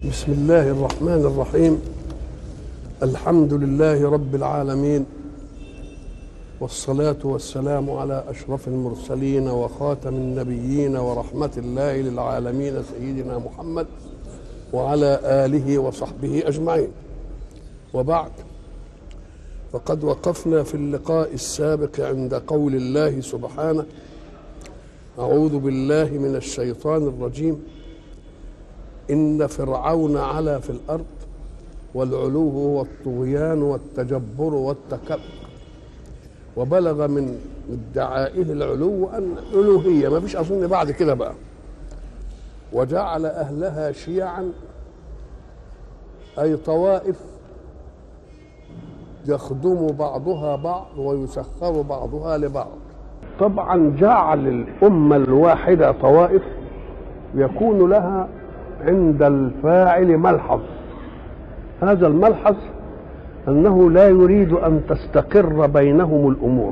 بسم الله الرحمن الرحيم. الحمد لله رب العالمين، والصلاة والسلام على أشرف المرسلين وخاتم النبيين ورحمة الله للعالمين سيدنا محمد وعلى آله وصحبه أجمعين. وبعد، فقد وقفنا في اللقاء السابق عند قول الله سبحانه: أعوذ بالله من الشيطان الرجيم، إن فرعون علا في الأرض والعلو هو الطغيان والتجبر والتكبر، وبلغ من ادعائه العلو أن الألوهية ما فيش أظن بعد كده بقى، وجعل أهلها شيعا أي طوائف يخدم بعضها بعض ويسخر بعضها لبعض. طبعا جعل الأمة الواحدة طوائف يكون لها عند الفاعل ملحظ، هذا الملحظ أنه لا يريد أن تستقر بينهم الأمور،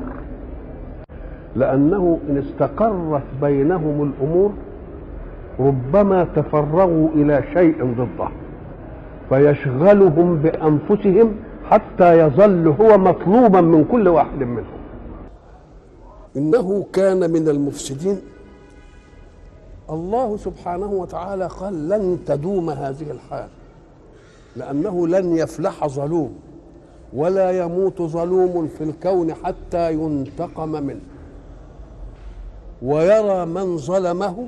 لأنه إن استقرت بينهم الأمور ربما تفرغوا إلى شيء ضده فيشغلهم بأنفسهم حتى يظل هو مطلوبا من كل واحد منهم. إنه كان من المفسدين. الله سبحانه وتعالى قال لن تدوم هذه الحال، لأنه لن يفلح ظلوم ولا يموت ظلوم في الكون حتى ينتقم منه، ويرى من ظلمه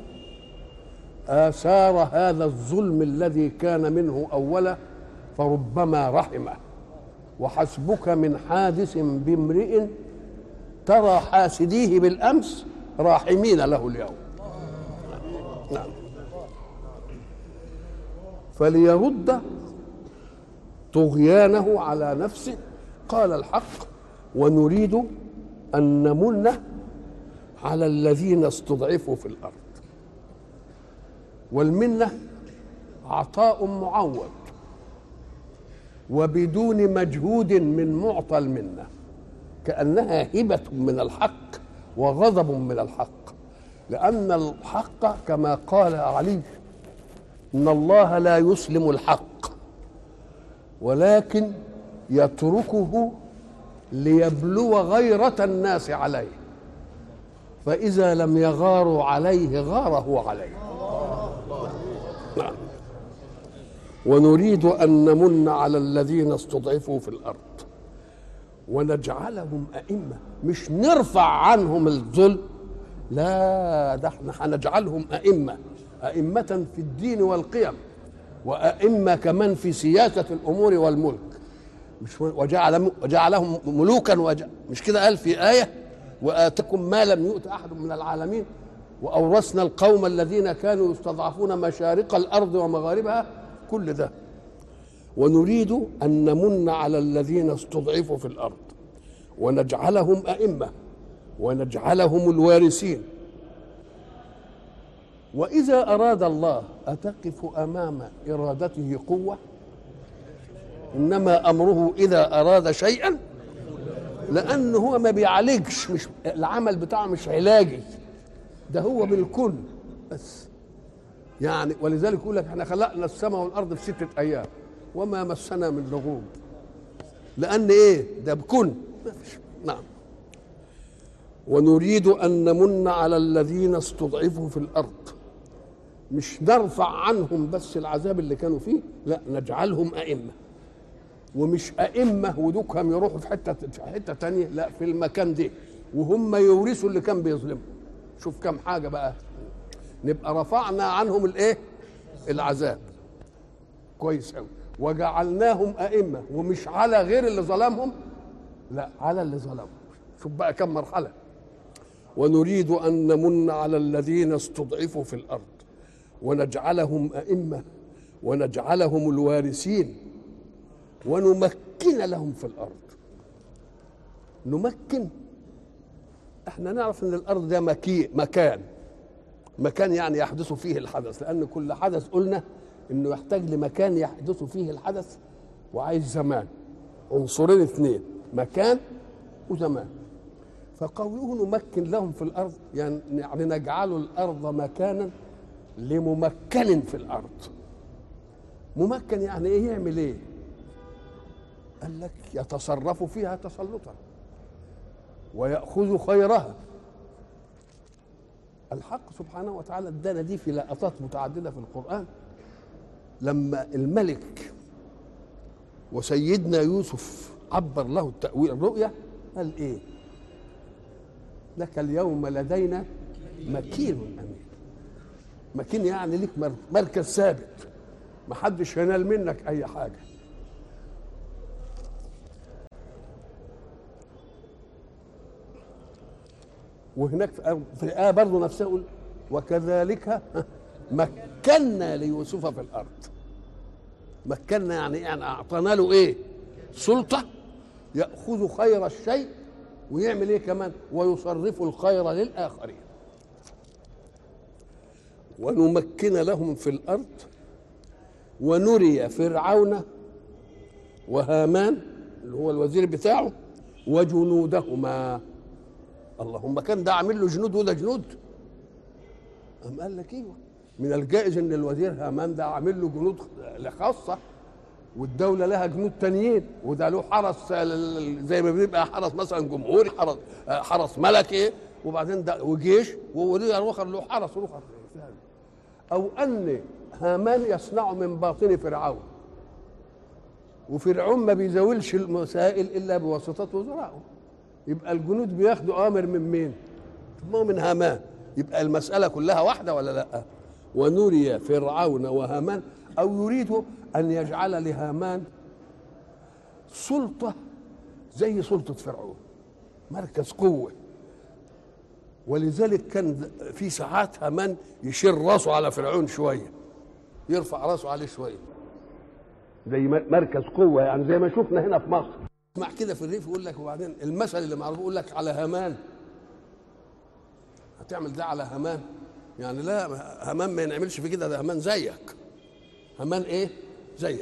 آثار هذا الظلم الذي كان منه أولا فربما رحمه. وحسبك من حادث بامرئ ترى حاسديه بالأمس راحمين له اليوم. نعم. فليرد طغيانه على نفسه، قال الحق: ونريد أن نمن على الذين استضعفوا في الأرض. والمنة عطاء معوض وبدون مجهود من معطى المنة، كأنها هبة من الحق وغضب من الحق، لأن الحق كما قال علي: إن الله لا يسلم الحق ولكن يتركه ليبلو غيرة الناس عليه، فإذا لم يغاروا عليه غاره عليه. نعم. ونريد أن نمن على الذين استضعفوا في الأرض ونجعلهم أئمة، مش نرفع عنهم الذل، لا، ده احنا هنجعلهم أئمة، أئمة في الدين والقيم، وأئمة كمان في سياسة الأمور والملك. مش وجعلهم ملوكا مش كده قال في آية: وآتكم ما لم يؤت أحد من العالمين وأورثنا القوم الذين كانوا يستضعفون مشارق الأرض ومغاربها، كل ده. ونريد أن نمن على الذين استضعفوا في الأرض ونجعلهم أئمة ونجعلهم الوارثين. وإذا أراد الله أتقف أمام إرادته قوة، إنما أمره إذا أراد شيئا، لأنه هو ما بيعالجش، مش العمل بتاعه مش علاجي، ده هو بالكل بس. يعني ولذلك يقول لك احنا خلقنا السماء والأرض في 6 أيام وما مسنا من لغوب، لأن إيه؟ ده بكل. نعم. ونريد أن نمن على الذين استضعفوا في الأرض، مش نرفع عنهم بس العذاب اللي كانوا فيه، لا، نجعلهم أئمة. ومش أئمة ودوكهم يروحوا في حتة تانية، لا، في المكان ده، وهم يورثوا اللي كان بيظلمهم. شوف كم حاجة بقى، نبقى رفعنا عنهم الايه؟ العذاب. كويس قوي. وجعلناهم أئمة، ومش على غير اللي ظلمهم، لا، على اللي ظلمهم. شوف بقى كم مرحلة. ونريد أن نمن على الذين استضعفوا في الأرض ونجعلهم أئمة ونجعلهم الوارثين ونمكن لهم في الأرض. نمكن، احنا نعرف ان الأرض ده مكان يعني يحدث فيه الحدث، لأن كل حدث قلنا انه يحتاج لمكان يحدث فيه الحدث وعايز زمان، عنصرين 2، مكان وزمان. فقوله نمكن لهم في الأرض يعني نجعل الأرض مكانا لممكن في الأرض، ممكن يعني ايه؟ يعمل ايه؟ قال لك يتصرف فيها تسلطا ويأخذ خيرها. الحق سبحانه وتعالى ادانا دي في لقطات متعددة في القرآن. لما الملك وسيدنا يوسف عبر له التأويل الرؤيا قال ايه؟ لك اليوم لدينا مكين امين. مكين يعني لك مركز ثابت، ما حدش ينال منك اي حاجه. وهناك في الآية برضه نفسها يقول وكذلك مكنا ليوسف في الأرض. مكنا يعني أعطانا له إيه؟ سلطة يأخذ خير الشيء ويعمل إيه كمان؟ ويصرف الخير للآخرين. ونمكن لهم في الأرض ونري فرعون وهامان اللي هو الوزير بتاعه وجنودهما. اللهم كان ده عامل له جنود وده جنود؟ أم قال لك ايوه، من الجائز ان الوزير هامان ده عامل له جنود خاصه والدوله لها جنود تانيين، وده له حرس زي ما بيبقى حرس مثلا جمهوري، حرس ملكي، وبعدين ده وجيش، وولي الاخر له حرس اخر. او ان هامان يصنع من باطن فرعون، وفرعون ما بيزاولش المسائل الا بواسطه وزرائه، يبقى الجنود بياخدوا اوامر من مين؟ من هامان. يبقى المساله كلها واحده ولا لا؟ ونري فرعون وهامان، او يريد ان يجعل لهامان سلطه زي سلطه فرعون، مركز قوه. ولذلك كان في ساعات هامان يشير راسه على فرعون شويه، يرفع راسه عليه شويه زي مركز قوه، يعني زي ما شفنا هنا في مصر. اسمع كده في الريف يقول لك، وبعدين المثل اللي معروف يقول لك على هامان، هتعمل ده على هامان؟ يعني لا، هامان ما ينعملش في كده، ده هامان زيك. هامان ايه؟ زيك.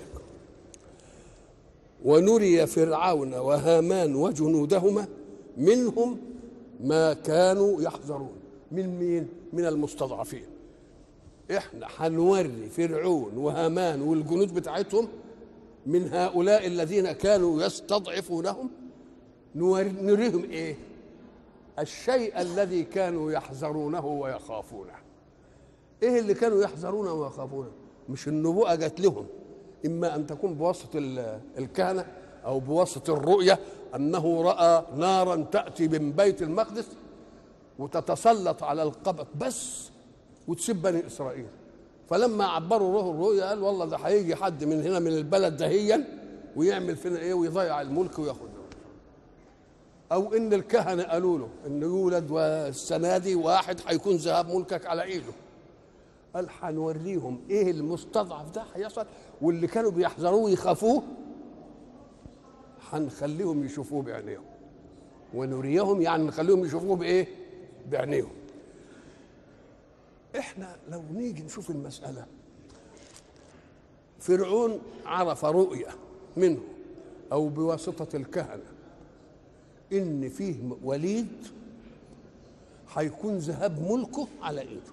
ونري فرعون وهامان وجنودهما منهم ما كانوا يحذرون. من مين؟ من المستضعفين. احنا هنوري فرعون وهامان والجنود بتاعتهم من هؤلاء الذين كانوا يستضعفونهم، نريهم ايه؟ الشيء الذي كانوا يحذرونه ويخافونه. ايه اللي كانوا يحذرونه ويخافونه؟ مش النبوءة جات لهم، اما ان تكون بواسطة الكهنة او بواسطة الرؤية، انه رأى نارا تأتي من بيت المقدس وتتسلط على القبط بس وتسيب بني اسرائيل. فلما عبروا له الرؤيا قال والله ده هيجي حد من هنا من البلد دهيا ويعمل فينا ايه ويضيع الملك وياخدنا. او ان الكهنه قالوا له ان يولد والسنه دي واحد هيكون ذهاب ملكك على ايده. قال هنوريهم ايه المستضعف ده هيحصل، واللي كانوا بيحذروه ويخافوه هنخليهم يشوفوه بعينيهم. ونريهم يعني نخليهم يشوفوه بايه؟ بعينيهم. احنا لو نيجي نشوف المسألة، فرعون عرف رؤية منه او بواسطة الكهنة ان فيه وليد هيكون ذهاب ملكه على ايده.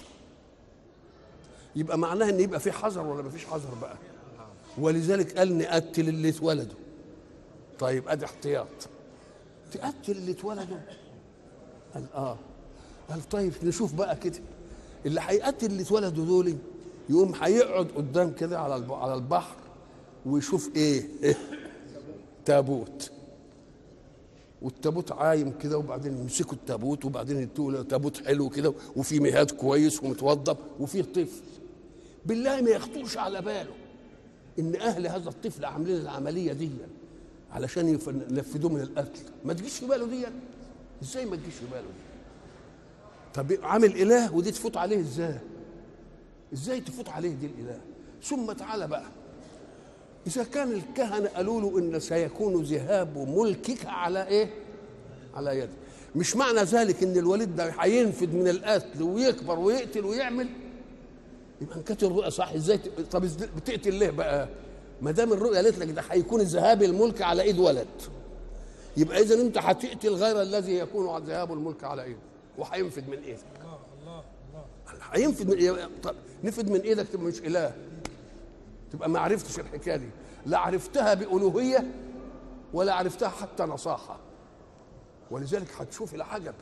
يبقى معناها ان يبقى في حذر ولا مفيش حذر بقى؟ ولذلك قال نقتل اللي اتولدوا. طيب ادي احتياط، تقتل اللي اتولدوا؟ قال قال طيب نشوف بقى كده، اللي هيقتل اللي اتولدوا دول يقوم هيقعد قدام كده على البحر ويشوف ايه؟ تابوت، والتابوت عايم كده، وبعدين يمسكوا التابوت، وبعدين يدوا تابوت حلو كده وفي مهاد كويس ومتوضب وفيه طفل. بالله ما يخطرش على باله ان اهل هذا الطفل عاملين العمليه دي علشان ينفذوه من القتل. ما تجيش في باله دي؟ ازاي ما تجيش في باله دي؟ طب عامل اله ودي تفوت عليه ازاي؟ ازاي تفوت عليه دي الاله؟ ثم تعالى بقى، اذا كان الكهنه قالوا له ان سيكون ذهاب ملكك على ايه؟ على يدك، مش معنى ذلك ان الوليد ده هينفذ من القتل ويكبر ويقتل ويعمل؟ يبقى ان كانت الرؤيا صح ازاي طب بتقتل ليه بقى؟ ما دام الرؤيا قالت لك ده هيكون ذهاب الملك على ايد ولد، يبقى اذا انت هتقتل غير الذي يكون ذهاب الملك على ايده وهينفذ من ايدك. الله هينفذ من إيدك. طب نفذ من ايدك تبقى مش اله، تبقى ما عرفتش الحكايه دي، لا عرفتها بألوهية ولا عرفتها حتى نصاحة. ولذلك هتشوف العجب.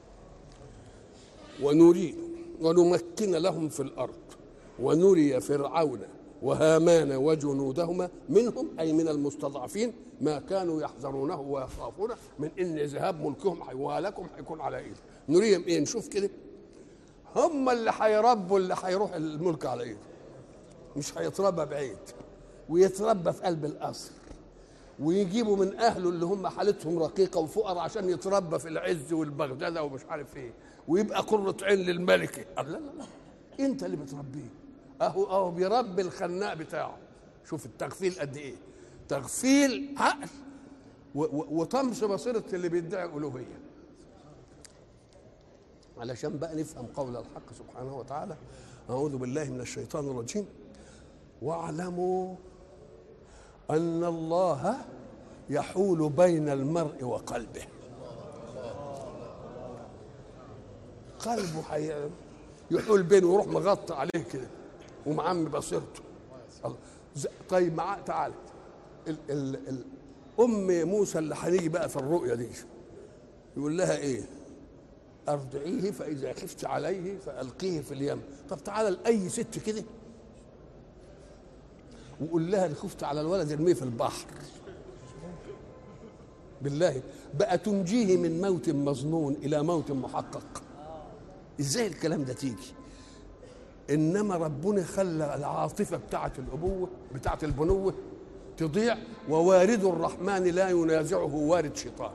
ونمكن لهم في الأرض ونري فرعون وهامان وجنودهما منهم أي من المستضعفين ما كانوا يحذرونه ويخافونه من إن ذهاب ملكهم وهلاكهم هيكون على إيده. نريهم إيه؟ نشوف كده، هم اللي هيربوا اللي هيروح الملك على إيده، مش هيتربى بعيد ويتربى في قلب القصر، ويجيبوا من اهله اللي هم حالتهم رقيقه وفقراء عشان يتربى في العز والبغداده ومش عارف ايه، ويبقى قرة عين للملكه. لا لا لا، انت اللي بتربيه. اهو بيربي الخناق بتاعه. شوف التغفيل قد ايه، تغفيل عقل وطمس بصيره اللي بيدعي الوهيه. علشان بقى نفهم قول الحق سبحانه وتعالى: اعوذ بالله من الشيطان الرجيم، واعلموا أن الله يحول بين المرء وقلبه. قلبه يحول بينه ويروح مغطى عليه كده ومعمي بصيرته. طيب تعالى أم موسى اللي هنيجي بقى في الرؤيا دي يقول لها إيه؟ أرضعيه فإذا خفت عليه فألقيه في اليم. طب تعالى لأي ست كده وقول لها خفت على الولد ارميه في البحر، بالله بقى تنجيه من موت مظنون الى موت محقق. ازاي الكلام ده تيجي؟ انما ربنا خلى العاطفه بتاعه الابوه بتاعه البنوه تضيع، ووارد الرحمن لا ينازعه وارد شيطان.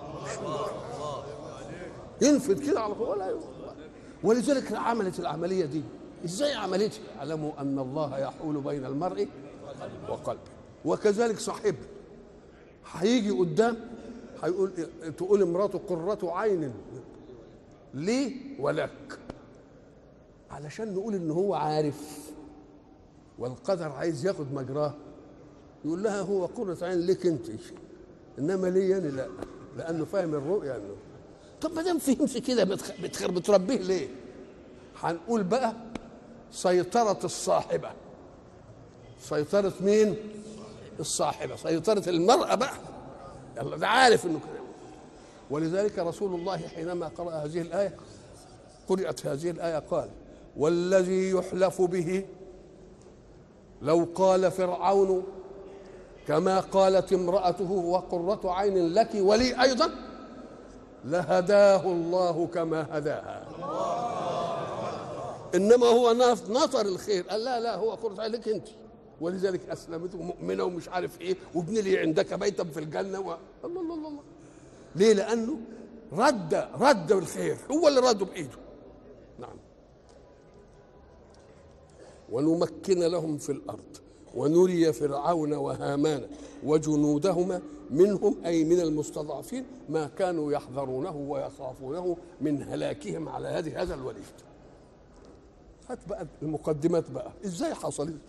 ينفذ كده على طول ولا ولذلك عملت العمليه دي. ازاي عملتها؟ اعلموا ان الله يحول بين المرء وقلبه. وكذلك صاحبه هيجي قدام هيقول تقول امراته قرة عين ليه ولك، علشان نقول ان هو عارف والقدر عايز ياخد مجراه. يقول لها هو قرة عين ليك انت، انما ليه يعني لا، لانه فاهم الرؤيا. انه طب ما دام فهمت كده بتربيه ليه؟ هنقول بقى سيطرة الصاحبة. سيطرة مين؟ الصاحبة، سيطرة المرأة بقى. يلا ده عارف انه كده. ولذلك رسول الله حينما قرأ هذه الآية، قرأت هذه الآية، قال: والذي يحلف به لو قال فرعون كما قالت امرأته وقرة عين لك ولي أيضا لهداه الله كما هداها. إنما هو نطر الخير، قال لا هو قرة عين لك أنت، ولذلك أسلمته مؤمنة ومش عارف إيه، وابن لي عندك بيتا في الجنة الله الله الله. ليه؟ لأنه رد الخير، هو اللي رده بإيده. نعم. ونمكن لهم في الأرض ونري فرعون وهامان وجنودهما منهم أي من المستضعفين ما كانوا يحذرونه ويخافونه من هلاكهم على هذا الوليد. هات بقى المقدمات بقى ازاي حصلت.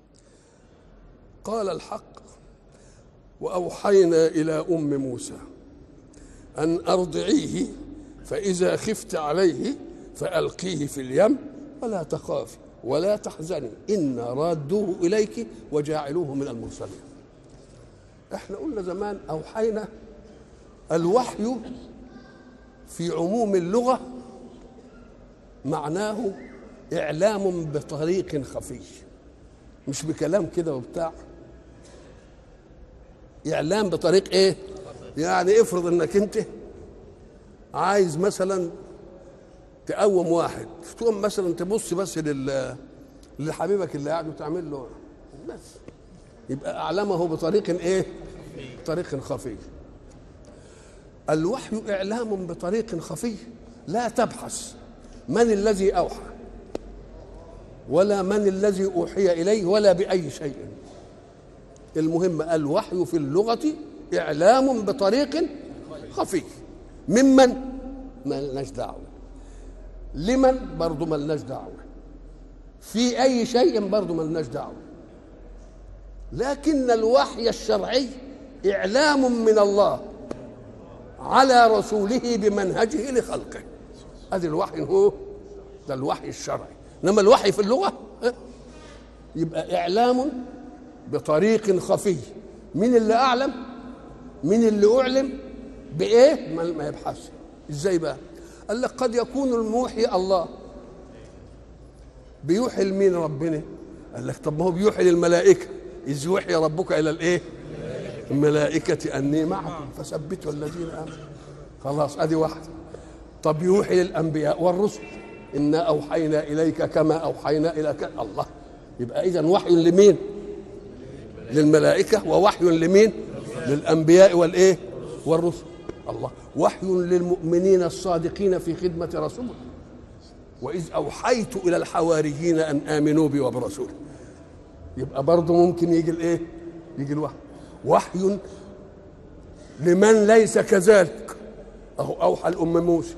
قال الحق: وأوحينا إلى أم موسى أن أرضعيه فإذا خفت عليه فألقيه في اليم ولا تخافي ولا تحزني إنا رادوه إليك وجاعلوه من المرسلين. احنا قلنا زمان أوحينا، الوحي في عموم اللغة معناه إعلام بطريق خفي، مش بكلام كده وبتاع. إعلام بطريق إيه؟ يعني افرض إنك أنت عايز مثلا تقوم واحد، تقوم مثلا تبص بس لحبيبك اللي قاعد وتعمل له بس، يبقى أعلمه بطريق إيه؟ طريق خفي. الوحي إعلام بطريق خفي، لا تبحث من الذي أوحى ولا من الذي أوحي إليه ولا بأي شيء. المهم الوحي في اللغة إعلام بطريق خفي. ممن؟ ما لناش دعوة. لمن؟ برضو ما لناش دعوة. في أي شيء؟ برضو ما لناش دعوة. لكن الوحي الشرعي إعلام من الله على رسوله بمنهجه لخلقه. هذا الوحي، هو ده الوحي الشرعي. إنما الوحي في اللغة يبقى إعلام بطريق خفي. مين اللي أعلم؟ مين اللي أعلم؟ بإيه؟ ما يبحث. إزاي بقى؟ قال لك قد يكون الموحي الله، بيوحي لمين؟ ربنا. قال لك طب ما هو بيوحي للملائكة، إذ يوحي ربك إلى الإيه؟ الملائكة أني معكم فثبتوا الذين آمنوا. خلاص أدي واحدة. طب يوحي للأنبياء والرسل، إنا أوحينا إليك كما أوحينا إلى الله. يبقى إذن وحي لمين؟ للملائكة، ووحي لمين؟ للأنبياء والإيه؟ والرسل. الله. وحي للمؤمنين الصادقين في خدمة رسوله، وإذ أوحيت إلى الحواريين أن آمنوا بي وبرسولي. يبقى برضه ممكن يجي الإيه؟ يجي الوحي. وحي لمن ليس كذلك، أهو أوحى لأم موسى،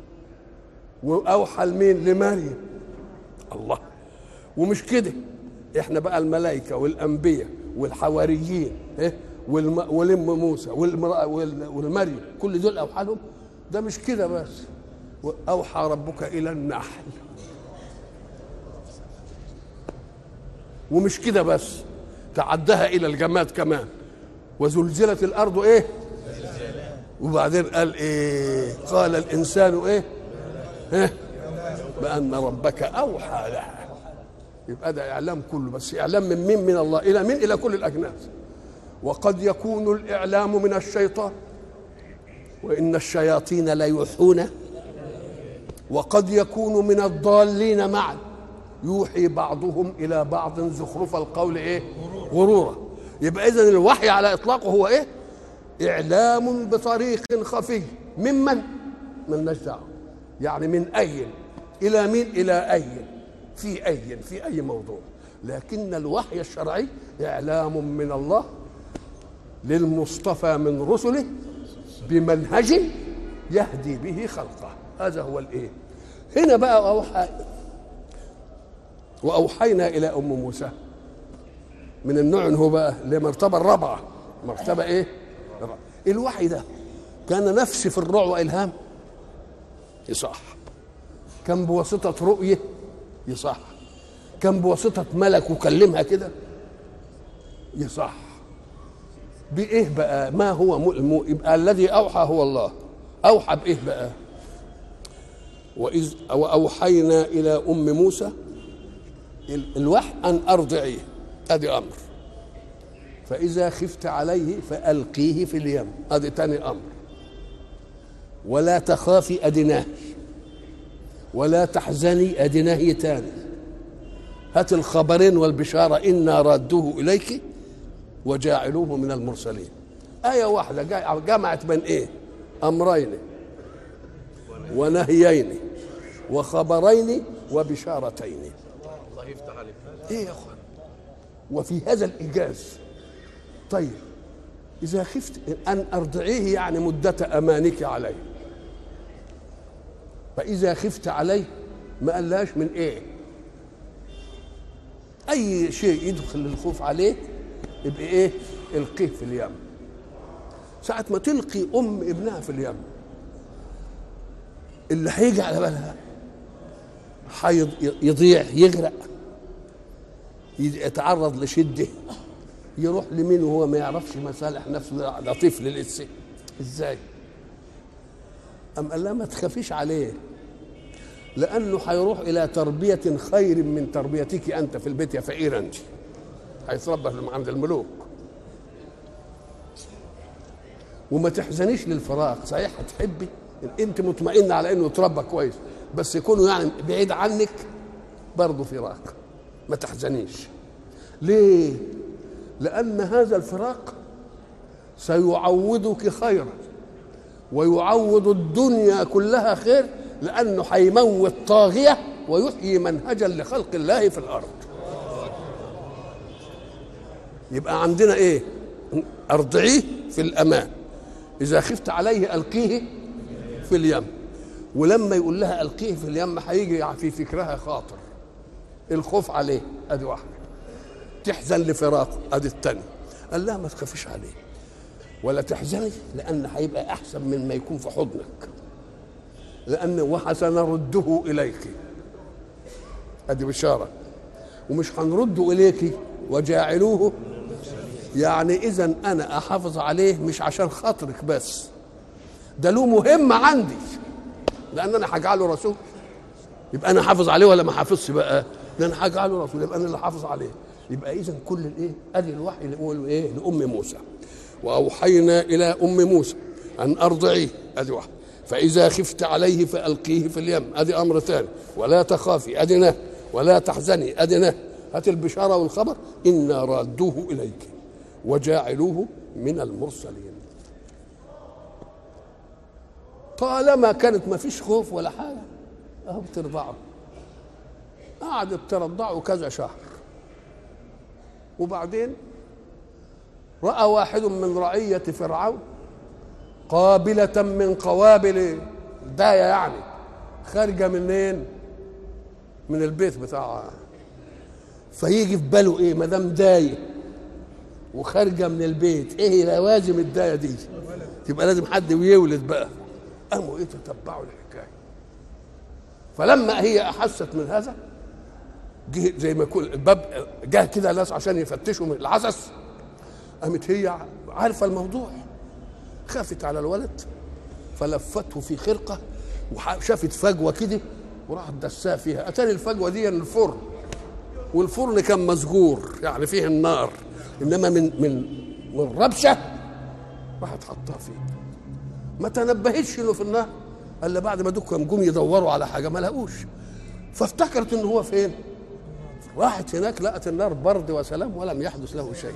وأوحى لمين؟ لمريم. الله. ومش كده، إحنا بقى الملائكة والأنبياء والحواريين والأم موسى والمريم، كل دول أوحى لهم. ده مش كده بس، أوحى ربك إلى النحل. ومش كده بس، تعدها إلى الجماد كمان، وزلزلت الأرض إيه؟ وبعدين قال إيه؟ قال الإنسان إيه؟ بأن ربك أوحى لها. يبقى ده إعلام كله، بس إعلام من مين؟ من الله. إلى مين؟ إلى كل الأجناس. وقد يكون الإعلام من الشيطان، وإن الشياطين ليوحون، وقد يكون من الضالين معا، يوحي بعضهم إلى بعض زخرف القول إيه؟ غرورا. يبقى إذن الوحي على إطلاقه هو إيه؟ إعلام بطريق خفي. ممن؟ من نجدعه. يعني من أي إلى مين؟ إلى أي، في أي موضوع. لكن الوحي الشرعي إعلام من الله للمصطفى من رسله بمنهج يهدي به خلقه. هذا هو الإيه. هنا بقى وأوحينا إلى أم موسى من النوع هو بقى لمرتبة الرابعة. مرتبة إيه؟ الوحي ده كان نفس في الرعب وإلهام، يصح. كان بواسطة رؤية، يصح. كان بواسطة ملك وكلمها كده، يصح. بإيه بقى؟ ما هو يبقى الذي أوحى هو الله. أوحى بإيه بقى؟ وأوحينا إلى أم موسى الوحي أن أرضعيه، هذا أمر. فإذا خفت عليه فألقيه في اليم، هذا تاني أمر. ولا تخافي أدناه، ولا تحزني أدناه تاني. هات الخبرين والبشارة، إنا رادوه إليك وجاعلوه من المرسلين. آية واحدة جمعت بين إيه؟ أمرين ونهيين وخبرين وبشارتين. الله يفتح عليك. إيه يا أخوان؟ وفي هذا الإيجاز. طيب إذا خفت أن أرضعيه يعني مدة أمانك عليه، فإذا خفت عليه ما قالهاش من إيه؟ أي شيء يدخل الخوف عليه يبقى إيه؟ القيه في اليم. ساعة ما تلقي أم ابنها في اليم، اللي هيجي على بالها يضيع، يغرق، يتعرض لشدة، يروح لمين وهو ما يعرفش مصالح نفسه؟ ده طفل لسه. ازاي؟ أم قال لها ما تخافيش عليه، لأنه هيروح إلى تربية خير من تربيتك أنت في البيت يا فقيرة أنت. هيتربى عند الملوك. وما تحزنيش للفراق، صحيح هتحبي أنت مطمئنة على إنه يتربى كويس، بس يكونوا يعني بعيد عنك برضه فراق. ما تحزنيش. ليه؟ لأن هذا الفراق سيعوضك خيرا، ويعوض الدنيا كلها خير، لأنه هيموت طاغية ويحيي منهجا لخلق الله في الأرض. يبقى عندنا إيه؟ أرضعيه في الأمان، إذا خفت عليه ألقيه في اليم. ولما يقول لها ألقيه في اليم هيجي في فكرها خاطر الخوف عليه، أدي واحدة. تحزن لفراقه، أدي التانية. قال لها ما تخافيش عليه ولا تحزني، لأن هيبقى أحسن من ما يكون في حضنك، لأن وسنرده إليك، أدي بشارة. ومش هنرده اليك وجاعلوه، يعني اذا انا احافظ عليه مش عشان خاطرك بس، ده له مهمه عندي، لان انا هجعله رسول. يبقى انا حافظ عليه ولا ما حافظش بقى؟ ده انا هجعله رسول، يبقى انا اللي حافظ عليه. يبقى اذا كل الايه ادي الوحي اللي هو ايه لام موسى. واوحينا الى ام موسى ان ارضعيه، ادي واحد. فاذا خفت عليه فالقيه في اليم، ادي امر ثاني. ولا تخافي، ادي نهي. ولا تحزني، ادي نهي. هات البشاره والخبر، انا رادوه اليك وجاعلوه من المرسلين. طالما كانت ما فيش خوف ولا حاجه، اهو بترضعه. قعدت ترضعه كذا شهر، وبعدين راى واحد من رعيه فرعون قابله من قوابل دايه، يعني خارجه منين؟ من البيت بتاعها. فيجي في باله ايه؟ ما دام دايه وخارجه من البيت، ايه لوازم الدايه دي؟ تبقى لازم حد يولد بقى. قاموا ايه تتبعوا الحكايه. فلما هي احست من هذا، جه زي ما يكون الباب جه كده ناس عشان يفتشوا من العسس، قامت هي عارفه الموضوع، خافت على الولد فلفته في خرقه وشافت فجوه كده وراحت دساه فيها. اتاري الفجوه دي الفرن، والفرن كان مسجور يعني فيه النار، انما من ربشه راحت حطها فيه. ما تنبهتش انه في النار الا بعد ما دكهم جم يدوروا على حاجه ما لقوش، فافتكرت ان هو فين. راحت هناك لقت النار برد وسلام ولم يحدث له شيء.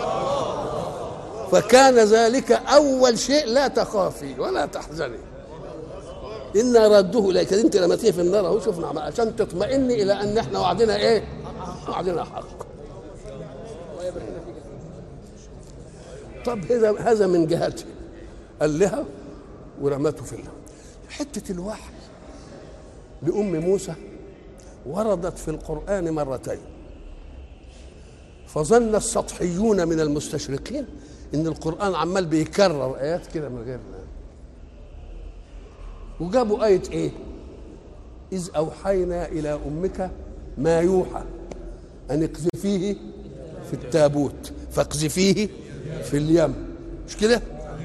فكان ذلك اول شيء، لا تخافي ولا تحزني إنا رادوه اليك. انت لما تيجي في النار اهو شوفنا عشان تطمئني الى ان احنا وعدنا ايه؟ وعدنا حق. طب هذا من جهته قال لها ورمته في الله. حته الوحي لام موسى وردت في القرآن مرتين، فظن السطحيون من المستشرقين ان القرآن عمال بيكرر ايات كده من غير، وجابوا آية ايه؟ إذ أوحينا إلى أمك ما يوحى أن اقذفيه في التابوت فاقذفيه في اليم، مش كده؟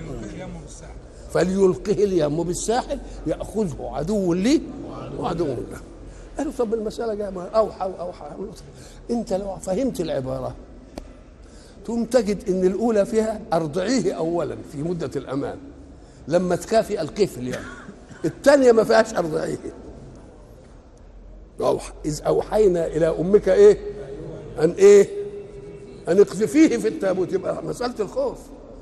فليلقه اليم بالساحل يأخذه عدو لي وعدو له. قالوا طب المسألة جاية أوحى وأوحى. أنت لو فهمت العبارة تقوم تجد إن الأولى فيها أرضعيه أولا في مدة الأمان، لما تكافي ألقيه في اليم. الثانية ما فيهاش أرضعيه. إذ أوحينا إلى أمك إيه؟ أن إيه؟ أن اقذفيه في التابوت. يبقى مسألة الخوف.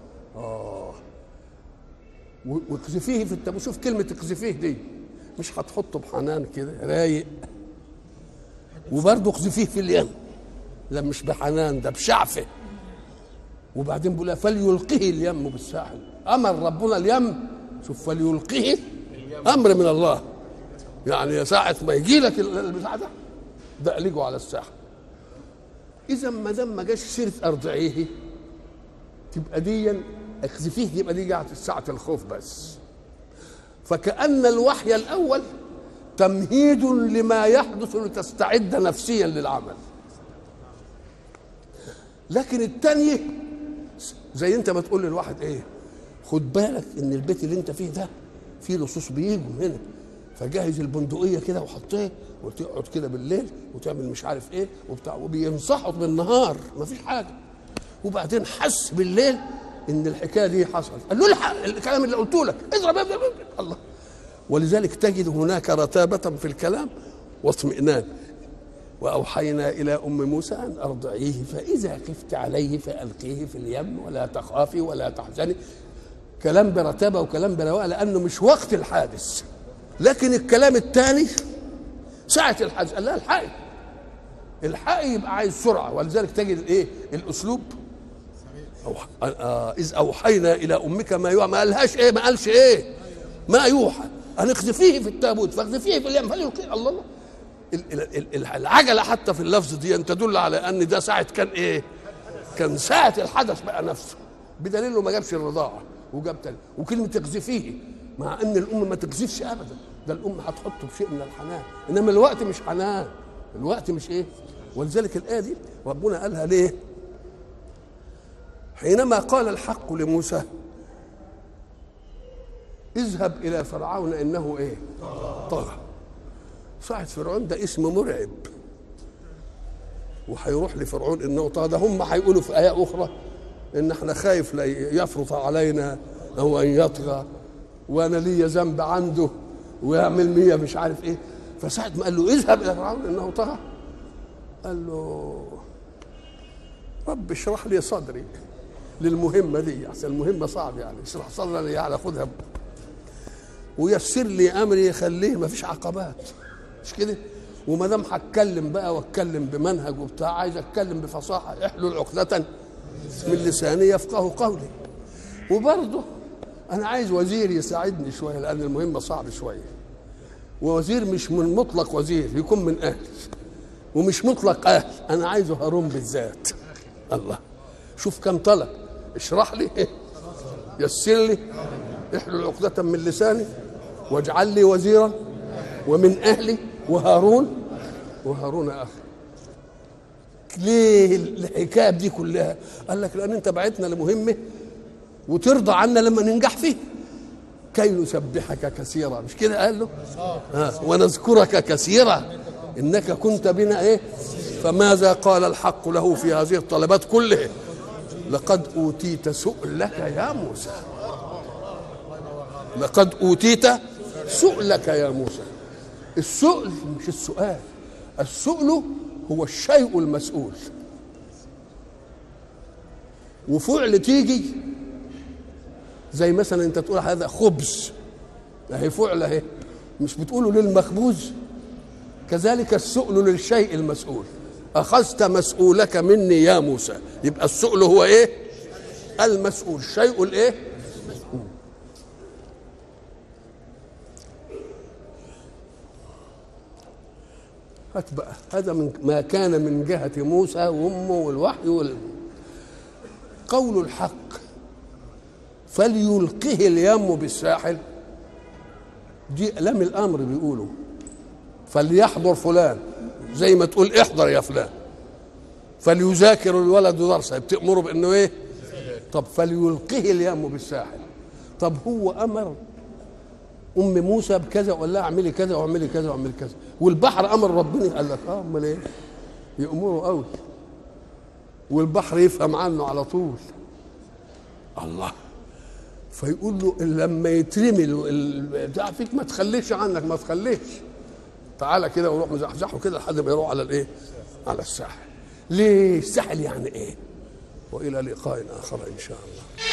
واقذفيه في التابوت. شوف كلمة اقذفيه دي مش هتحطه بحنان كده رايق، وبرضه اقذفيه في اليم، لا مش بحنان، ده بشعفه. وبعدين بيقول فليلقه اليم بالساحل. أمر ربنا اليم، شوف فليلقه امر من الله، يعني ساعه ما يجي لك البتاع ده اقلقه على الساحه. اذا ما دام ما جاش سيره ارضعيه تبقى دي اخذفيه، يبقى دي جاءت ساعه الخوف بس. فكأن الوحي الاول تمهيد لما يحدث لتستعد نفسيا للعمل، لكن الثانيه زي انت ما تقول للواحد ايه؟ خد بالك ان البيت اللي انت فيه ده في لصوص بيجوا هنا، فجهز البندقيه كده وحطيه وتقعد كده بالليل وتعمل مش عارف ايه وبتاع، وبينصحوا بالنهار ما فيش حاجه. وبعدين حس بالليل ان الحكايه دي حصلت، قال له الحق الكلام اللي قلته لك اضرب الله. ولذلك تجد هناك رتابه في الكلام واطمئنان. واوحينا الى ام موسى ان ارضعيه فاذا خفت عليه فالقيه في اليم ولا تخافي ولا تحزني. كلام برتابه وكلام برواء لانه مش وقت الحادث. لكن الكلام الثاني ساعه الحادث قال لا الحقي يبقى عايز سرعه. ولذلك تجد ايه الاسلوب اذ اوحينا الى امك ما يوحى، ما قالهاش ايه، ما قالش ايه ما يوحى ان اقذفيه في التابوت فاقذفيه في اليم فليلقيه. الله العجله حتى في اللفظ دي ان تدل على ان ده ساعه كان ايه، كان ساعه الحدث بقى نفسه، بدليل انه ما جابش الرضاعه وجاب تاني. وكلمه تقذفيه مع ان الام ما تقذفش ابدا، ده الام هتحطه بشيء من الحنان، انما الوقت مش حنان، الوقت مش ايه ولذلك الآية دي ربنا قالها ليه؟ حينما قال الحق لموسى اذهب إلى فرعون إنه إيه؟ طغى. صاحب فرعون ده اسم مرعب، وهيروح لفرعون إنه طغى. ده هم هيقولوا في آية أخرى إن إحنا خايف لا يفرط علينا أو أن يطغى، وأنا لي ذنب عنده ويعمل 100 مش عارف إيه. فساعة ما قال له اذهب إلى فرعون إنه طغى، قال له رب اشرح لي صدري للمهمة دي، عشان المهمة صعب يعني، اشرح صدري يعني خدها ويسر لي أمري، يخليه ما فيش عقبات، مش كده؟ وما دام هتكلم بقى واتكلم بمنهج وبتاع، عايز اتكلم بفصاحة، احلل عقدة من لساني يفقه قولي. وبرضه أنا عايز وزير يساعدني شوية لأن المهمة صعب شوية، ووزير مش من مطلق وزير، يكون من أهل ومش مطلق أهل، أنا عايزه هارون بالذات. الله، شوف كم طلب، اشرح لي، يسر لي، احلل عقدة من لساني، واجعل لي وزيرا ومن أهلي وهارون أخي. ليه الحكاية دي كلها؟ قال لك لأن أنت بعتنا لمهمة وترضى عنا لما ننجح فيه. كي نسبحك كثيرا، مش كده قال له؟ ونذكرك كثيرا إنك كنت بنا إيه؟ فماذا قال الحق له في هذه الطلبات كلها؟ لقد أوتيت سؤلك يا موسى، لقد أوتيت سؤلك يا موسى. السؤل مش السؤال، السؤل هو الشيء المسؤول، وفعل تيجي زي مثلا انت تقول هذا خبز، اهي فعل اهي، مش بتقوله للمخبوز؟ كذلك السؤل للشيء المسؤول. اخذت مسؤولك مني يا موسى، يبقى السؤل هو ايه؟ المسؤول، الشيء الايه؟ هات بقى، هذا من ما كان من جهة موسى وامه والوحي قول الحق فليلقه اليم بالساحل، دي لم الامر بيقولوا فليحضر فلان، زي ما تقول احضر يا فلان. فليذاكر الولد درسه، بتأمره بانه ايه؟ طب فليلقه اليم بالساحل، طب هو امر ام موسى بكذا ولا اعملي كذا واعملي كذا واعملي كذا، والبحر امر ربنا قال لك امال ايه؟ يأمره قوي والبحر يفهم عنه على طول. الله، فيقول له لما يترمي بتاع فيك ما تخليش عنك، ما تخليش، تعالى كده وروح مزحزحه كده لحد ما يروح على الايه؟ على الساحل. ليه الساحل يعني ايه؟ والى لقاء اخر ان شاء الله.